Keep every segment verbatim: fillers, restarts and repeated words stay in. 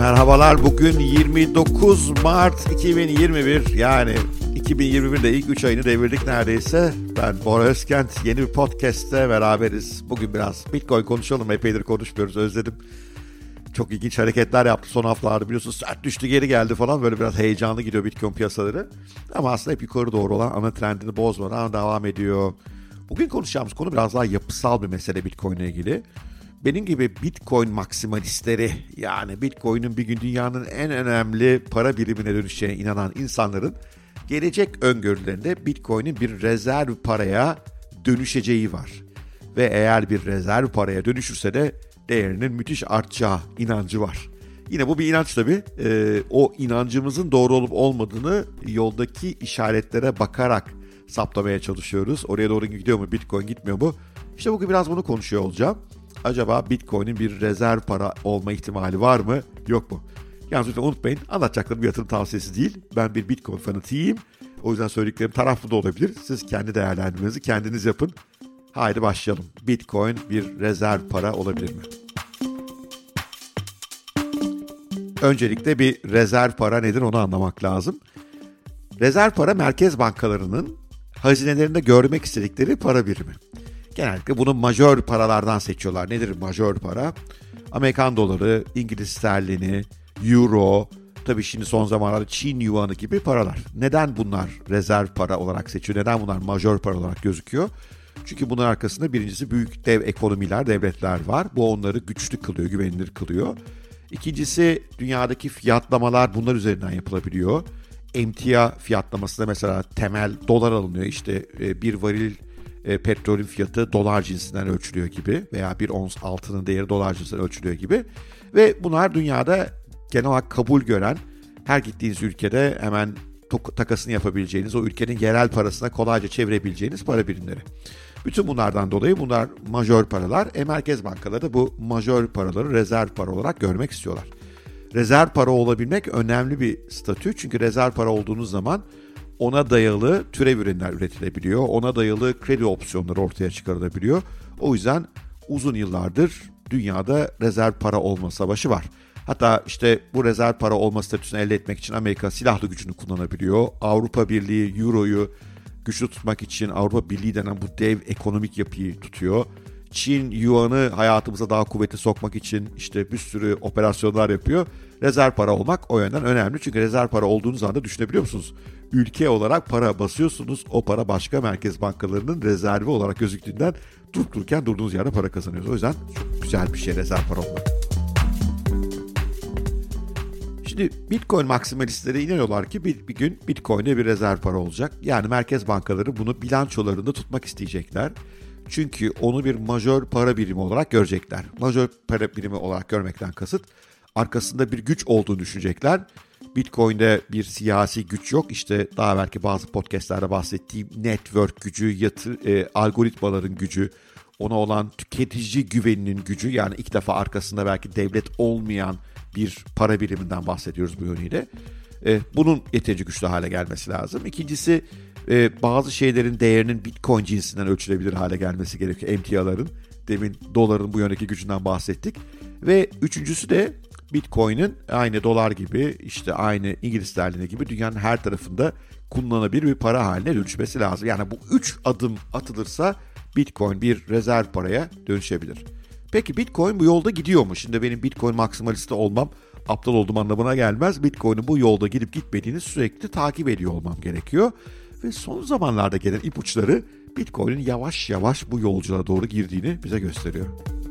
Merhabalar, bugün yirmi dokuz Mart iki bin yirmi bir, yani iki bin yirmi birde ilk üç ayını devirdik neredeyse. Ben Bora Özkent, yeni bir podcast'te beraberiz. Bugün biraz Bitcoin konuşalım, epeydir konuşmuyoruz, özledim. Çok ilginç hareketler yaptı son haftalarda, biliyorsunuz, sert düştü geri geldi falan, böyle biraz heyecanlı gidiyor Bitcoin piyasaları. Ama aslında hep yukarı doğru olan ana trendini bozmadan devam ediyor. Bugün konuşacağımız konu biraz daha yapısal bir mesele Bitcoin ile ilgili. Benim gibi Bitcoin maksimalistleri, yani Bitcoin'in bir gün dünyanın en önemli para birimine dönüşeceğine inanan insanların gelecek öngörülerinde Bitcoin'in bir rezerv paraya dönüşeceği var. Ve eğer bir rezerv paraya dönüşürse de değerinin müthiş artacağı inancı var. Yine bu bir inanç tabii. Ee, o inancımızın doğru olup olmadığını yoldaki işaretlere bakarak saptamaya çalışıyoruz. Oraya doğru gidiyor mu Bitcoin, gitmiyor mu? İşte bugün biraz bunu konuşuyor olacağım. Acaba Bitcoin'in bir rezerv para olma ihtimali var mı, yok mu? Yalnız lütfen unutmayın, anlatacaklarım bir yatırım tavsiyesi değil. Ben bir Bitcoin fanatiyim. O yüzden söylediklerim taraflı da olabilir. Siz kendi değerlendirmenizi kendiniz yapın. Haydi başlayalım. Bitcoin bir rezerv para olabilir mi? Öncelikle bir rezerv para nedir onu anlamak lazım. Rezerv para, merkez bankalarının hazinelerinde görmek istedikleri para birimi. Genellikle bunu majör paralardan seçiyorlar. Nedir majör para? Amerikan doları, İngiliz sterlini, euro, tabii şimdi son zamanlarda Çin yuanı gibi paralar. Neden bunlar rezerv para olarak seçiyor? Neden bunlar majör para olarak gözüküyor? Çünkü bunun arkasında birincisi büyük dev ekonomiler, devletler var. Bu onları güçlü kılıyor, güvenilir kılıyor. İkincisi dünyadaki fiyatlamalar bunlar üzerinden yapılabiliyor. Emtia fiyatlamasında mesela temel dolar alınıyor. İşte bir varil E, petrolün fiyatı dolar cinsinden ölçülüyor gibi veya bir ons altının değeri dolar cinsinden ölçülüyor gibi. Ve bunlar dünyada genel olarak kabul gören, her gittiğiniz ülkede hemen tok- takasını yapabileceğiniz, o ülkenin yerel parasına kolayca çevirebileceğiniz para birimleri. Bütün bunlardan dolayı bunlar majör paralar. E, merkez bankaları da bu majör paraları rezerv para olarak görmek istiyorlar. Rezerv para olabilmek önemli bir statü, çünkü rezerv para olduğunuz zaman ona dayalı türev ürünler üretilebiliyor. Ona dayalı kredi opsiyonları ortaya çıkarılabiliyor. O yüzden uzun yıllardır dünyada rezerv para olma savaşı var. Hatta işte bu rezerv para olma statüsünü elde etmek için Amerika silahlı gücünü kullanabiliyor. Avrupa Birliği Euro'yu güçlü tutmak için Avrupa Birliği denen bu dev ekonomik yapıyı tutuyor. Çin yuanı hayatımıza daha kuvvetli sokmak için işte bir sürü operasyonlar yapıyor. Rezerv para olmak o yönden önemli. Çünkü rezerv para olduğunuz anda düşünebiliyor musunuz? Ülke olarak para basıyorsunuz. O para başka merkez bankalarının rezervi olarak gözüktüğünden durup dururken durduğunuz yerde para kazanıyorsunuz. O yüzden çok güzel bir şey rezerv para olmak. Şimdi Bitcoin maksimalistleri inanıyorlar ki bir, bir gün Bitcoin'de bir rezerv para olacak. Yani merkez bankaları bunu bilançolarında tutmak isteyecekler. Çünkü onu bir majör para birimi olarak görecekler. Majör para birimi olarak görmekten kasıt, arkasında bir güç olduğunu düşünecekler. Bitcoin'de bir siyasi güç yok. İşte daha belki bazı podcastlerde bahsettiğim network gücü, yatır, e, algoritmaların gücü, ona olan tüketici güveninin gücü, yani ilk defa arkasında belki devlet olmayan bir para biriminden bahsediyoruz bu yönüyle. E, bunun yeterince güçlü hale gelmesi lazım. İkincisi, e, bazı şeylerin değerinin Bitcoin cinsinden ölçülebilir hale gelmesi gerekiyor. Emtiaların, demin doların bu yöndeki gücünden bahsettik. Ve üçüncüsü de Bitcoin'in aynı dolar gibi, işte aynı İngiliz sterlini gibi dünyanın her tarafında kullanılabilir bir para haline dönüşmesi lazım. Yani bu üç adım atılırsa Bitcoin bir rezerv paraya dönüşebilir. Peki Bitcoin bu yolda gidiyor mu? Şimdi benim Bitcoin maksimalisti olmam aptal olduğum anlamına gelmez. Bitcoin'in bu yolda gidip gitmediğini sürekli takip ediyor olmam gerekiyor. Ve son zamanlarda gelen ipuçları Bitcoin'in yavaş yavaş bu yolculuğa doğru girdiğini bize gösteriyor.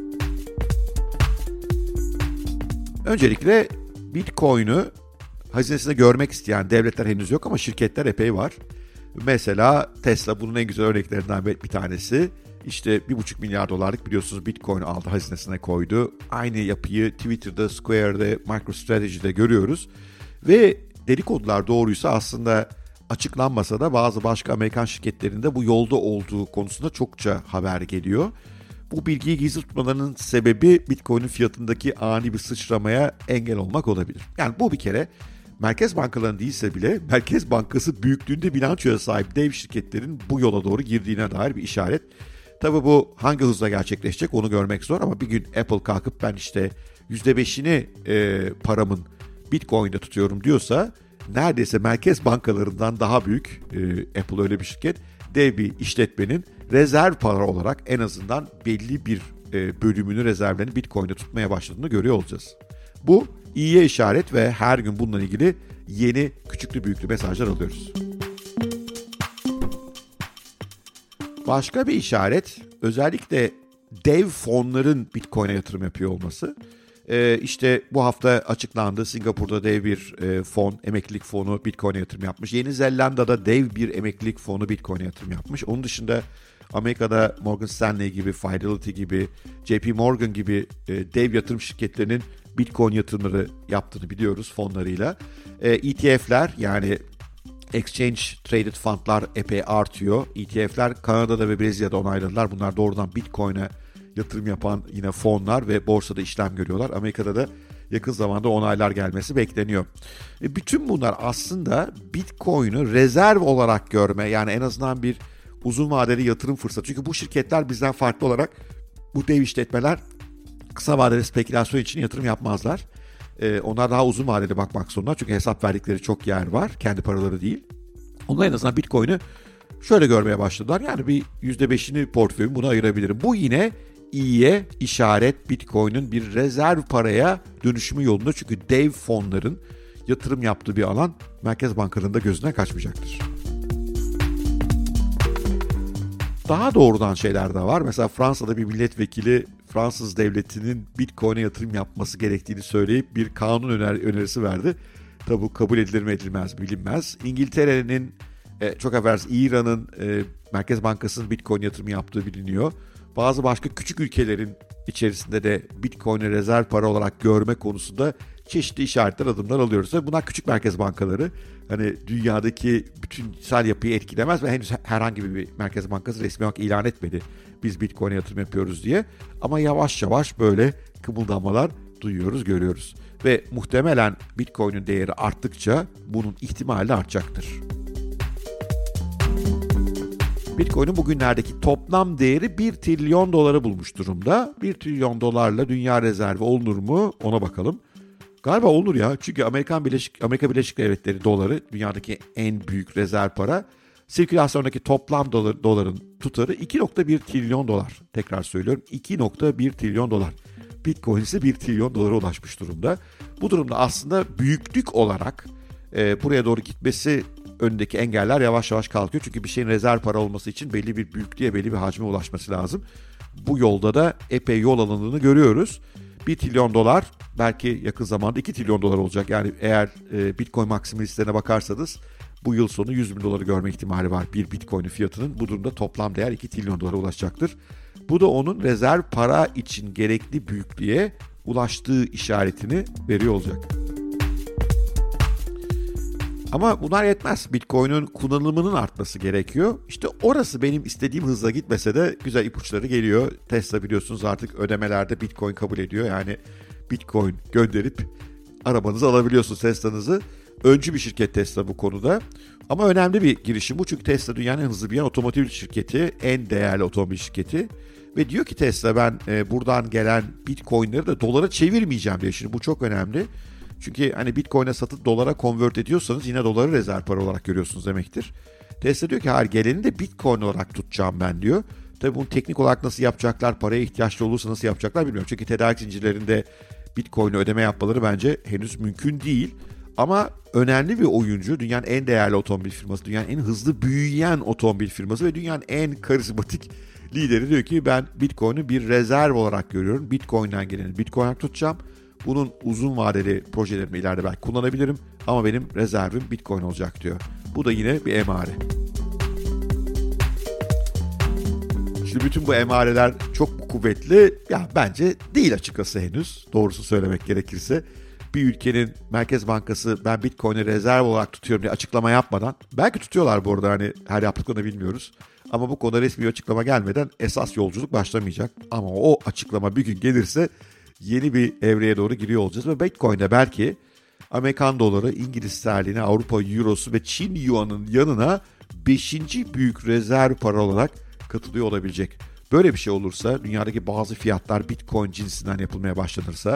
Öncelikle Bitcoin'i hazinesinde görmek isteyen devletler henüz yok ama şirketler epey var. Mesela Tesla bunun en güzel örneklerinden bir tanesi. İşte bir buçuk milyar dolarlık biliyorsunuz Bitcoin aldı, hazinesine koydu. Aynı yapıyı Twitter'da, Square'de, MicroStrategy'de görüyoruz. Ve dedikodular doğruysa aslında açıklanmasa da bazı başka Amerikan şirketlerinde bu yolda olduğu konusunda çokça haber geliyor. Bu bilgiyi gizli tutmalarının sebebi Bitcoin'in fiyatındaki ani bir sıçramaya engel olmak olabilir. Yani bu bir kere merkez bankalarının değilse bile Merkez Bankası büyüklüğünde bilançoya sahip dev şirketlerin bu yola doğru girdiğine dair bir işaret. Tabii bu hangi hızla gerçekleşecek onu görmek zor ama bir gün Apple kalkıp ben işte yüzde beşini e, paramın Bitcoin'de tutuyorum diyorsa neredeyse merkez bankalarından daha büyük, e, Apple öyle bir şirket, dev bir işletmenin rezerv para olarak en azından belli bir e, bölümünü, rezervlerini Bitcoin'de tutmaya başladığını görüyor olacağız. Bu iyiye işaret ve her gün bununla ilgili yeni küçüklü büyüklü mesajlar alıyoruz. Başka bir işaret, özellikle dev fonların Bitcoin'e yatırım yapıyor olması. Ee, işte bu hafta açıklandı, Singapur'da dev bir e, fon, emeklilik fonu Bitcoin'e yatırım yapmış. Yeni Zelanda'da dev bir emeklilik fonu Bitcoin'e yatırım yapmış. Onun dışında Amerika'da Morgan Stanley gibi, Fidelity gibi, J P Morgan gibi e, dev yatırım şirketlerinin Bitcoin yatırımları yaptığını biliyoruz fonlarıyla. E, E T F'ler, yani Exchange Traded Fund'lar epey artıyor. E T F'ler Kanada'da ve Brezilya'da onayladılar. Bunlar doğrudan Bitcoin'e yatırım yapan yine fonlar ve borsada işlem görüyorlar. Amerika'da da yakın zamanda onaylar gelmesi bekleniyor. E bütün bunlar aslında Bitcoin'i rezerv olarak görme, yani en azından bir uzun vadeli yatırım fırsatı. Çünkü bu şirketler bizden farklı olarak, bu dev işletmeler kısa vadeli spekülasyon için yatırım yapmazlar. Ee, onlar daha uzun vadeli bakmak zorunda. Çünkü hesap verdikleri çok yer var. Kendi paraları değil. Onlar en azından Bitcoin'i şöyle görmeye başladılar. Yani bir yüzde beşini portföyüm buna ayırabilirim. Bu yine iyiye işaret, Bitcoin'in bir rezerv paraya dönüşümü yolunda. Çünkü dev fonların yatırım yaptığı bir alan merkez bankalarının da gözünden kaçmayacaktır. Daha doğrudan şeyler de var. Mesela Fransa'da bir milletvekili Fransız devletinin Bitcoin'e yatırım yapması gerektiğini söyleyip bir kanun öner- önerisi verdi. Tabi bu kabul edilir mi edilmez bilinmez. İngiltere'nin, e, çok affedersiniz İran'ın e, Merkez Bankası'nın Bitcoin yatırımı yaptığı biliniyor. Bazı başka küçük ülkelerin içerisinde de Bitcoin'i rezerv para olarak görme konusunda çeşitli işaretler, adımlar alıyoruz. Ve bunlar küçük merkez bankaları. Hani dünyadaki bütünsel yapıyı etkilemez ve henüz herhangi bir merkez bankası resmi olarak ilan etmedi biz Bitcoin'e yatırım yapıyoruz diye. Ama yavaş yavaş böyle kımıldamalar duyuyoruz, görüyoruz. Ve muhtemelen Bitcoin'in değeri arttıkça bunun ihtimali de artacaktır. Bitcoin'in bugünlerdeki toplam değeri bir trilyon doları bulmuş durumda. bir trilyon dolarla dünya rezervi olunur mu? Ona bakalım. Galiba olur ya. Çünkü Amerikan Birleşik Amerika Birleşik Devletleri doları dünyadaki en büyük rezerv para. Sirkülasyondaki toplam dolar, doların tutarı iki nokta bir trilyon dolar. Tekrar söylüyorum, iki nokta bir trilyon dolar. Bitcoin ise bir trilyon dolara ulaşmış durumda. Bu durumda aslında büyüklük olarak e, buraya doğru gitmesi önündeki engeller yavaş yavaş kalkıyor. Çünkü bir şeyin rezerv para olması için belli bir büyüklüğe, belli bir hacme ulaşması lazım. Bu yolda da epey yol alındığını görüyoruz. bir trilyon dolar belki yakın zamanda iki trilyon dolar olacak. Yani eğer e, Bitcoin maksimalistlerine bakarsanız bu yıl sonu yüz bin doları görme ihtimali var bir Bitcoin'in fiyatının. Bu durumda toplam değer iki trilyon dolara ulaşacaktır. Bu da onun rezerv para için gerekli büyüklüğe ulaştığı işaretini veriyor olacak. Ama bunlar yetmez. Bitcoin'in kullanımının artması gerekiyor. İşte orası benim istediğim hızla gitmese de güzel ipuçları geliyor. Tesla biliyorsunuz artık ödemelerde Bitcoin kabul ediyor. Yani Bitcoin gönderip arabanızı alabiliyorsunuz, Tesla'nızı. Öncü bir şirket Tesla bu konuda. Ama önemli bir girişim bu. Çünkü Tesla dünyanın en hızlı büyüyen otomotiv şirketi, en değerli otomobil şirketi. Ve diyor ki Tesla, ben e, buradan gelen Bitcoin'leri de dolara çevirmeyeceğim diye. Şimdi bu çok önemli. Çünkü hani Bitcoin'e satıp dolara convert ediyorsanız yine doları rezerv para olarak görüyorsunuz demektir. Tesla diyor ki hayır, geleni de Bitcoin olarak tutacağım ben diyor. Tabii bunu teknik olarak nasıl yapacaklar, paraya ihtiyaçlı olursa nasıl yapacaklar bilmiyorum. Çünkü tedarik zincirlerinde Bitcoin'e ödeme yapmaları bence henüz mümkün değil. Ama önemli bir oyuncu, dünyanın en değerli otomobil firması, dünyanın en hızlı büyüyen otomobil firması ve dünyanın en karizmatik lideri diyor ki ben Bitcoin'i bir rezerv olarak görüyorum. Bitcoin'den geleni Bitcoin olarak tutacağım. Bunun uzun vadeli projelerimi ileride belki kullanabilirim ama benim rezervim Bitcoin olacak diyor. Bu da yine bir emare. Şimdi bütün bu emareler çok kuvvetli. Ya bence değil açıkçası henüz. Doğrusu söylemek gerekirse. Bir ülkenin Merkez Bankası ben Bitcoin'i rezerv olarak tutuyorum diye açıklama yapmadan, belki tutuyorlar bu arada, hani her yaptıklarını bilmiyoruz. Ama bu konuda resmi bir açıklama gelmeden esas yolculuk başlamayacak. Ama o açıklama bir gün gelirse yeni bir evreye doğru giriyor olacağız ve Bitcoin'de belki Amerikan doları, İngiliz sterlini, Avrupa eurosu ve Çin yuanının yanına beşinci büyük rezerv para olarak katılıyor olabilecek. Böyle bir şey olursa, dünyadaki bazı fiyatlar Bitcoin cinsinden yapılmaya başlanırsa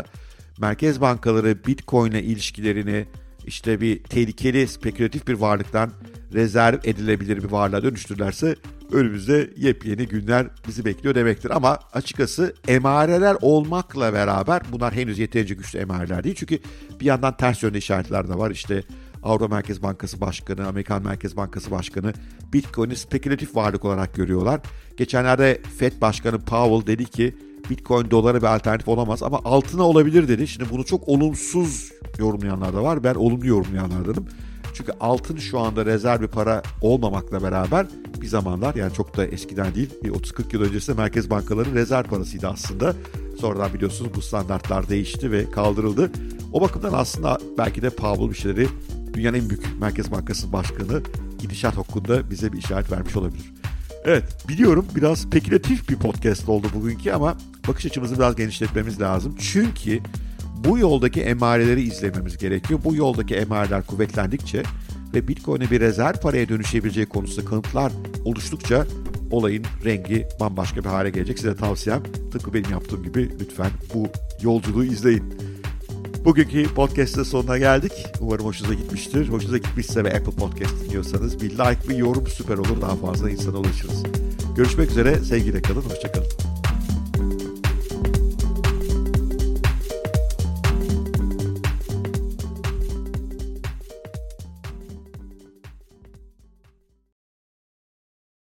merkez bankaları Bitcoin'le ilişkilerini işte bir tehlikeli, spekülatif bir varlıktan rezerv edilebilir bir varlığa dönüştürürlerse önümüzde yepyeni günler bizi bekliyor demektir. Ama açıkçası emareler olmakla beraber bunlar henüz yeterince güçlü emareler değil. Çünkü bir yandan ters yönde işaretler de var. İşte Avrupa Merkez Bankası Başkanı, Amerikan Merkez Bankası Başkanı Bitcoin'i spekülatif varlık olarak görüyorlar. Geçenlerde Fed Başkanı Powell dedi ki Bitcoin dolara bir alternatif olamaz ama altına olabilir dedi. Şimdi bunu çok olumsuz yorumlayanlar da var. Ben olumlu yorumlayanlardanım. Çünkü altın şu anda rezerv bir para olmamakla beraber bir zamanlar, yani çok da eskiden değil, bir otuz kırk yıl öncesinde merkez bankalarının rezerv parasıydı aslında. Sonradan biliyorsunuz bu standartlar değişti ve kaldırıldı. O bakımdan aslında belki de Powell bir şeyleri, dünyanın en büyük merkez bankası başkanı, gidişat hakkında bize bir işaret vermiş olabilir. Evet, biliyorum biraz spekülatif bir podcast oldu bugünkü ama bakış açımızı biraz genişletmemiz lazım. Çünkü bu yoldaki emareleri izlememiz gerekiyor. Bu yoldaki emareler kuvvetlendikçe ve Bitcoin'e bir rezerv paraya dönüşebileceği konusunda kanıtlar oluştukça olayın rengi bambaşka bir hale gelecek. Size tavsiyem, tıpkı benim yaptığım gibi lütfen bu yolculuğu izleyin. Bugünkü podcast'ın sonuna geldik. Umarım hoşunuza gitmiştir. Hoşunuza gitmişse ve Apple Podcast dinliyorsanız bir like, bir yorum süper olur. Daha fazla insana ulaşırız. Görüşmek üzere. Sevgiyle kalın. Hoşça kalın.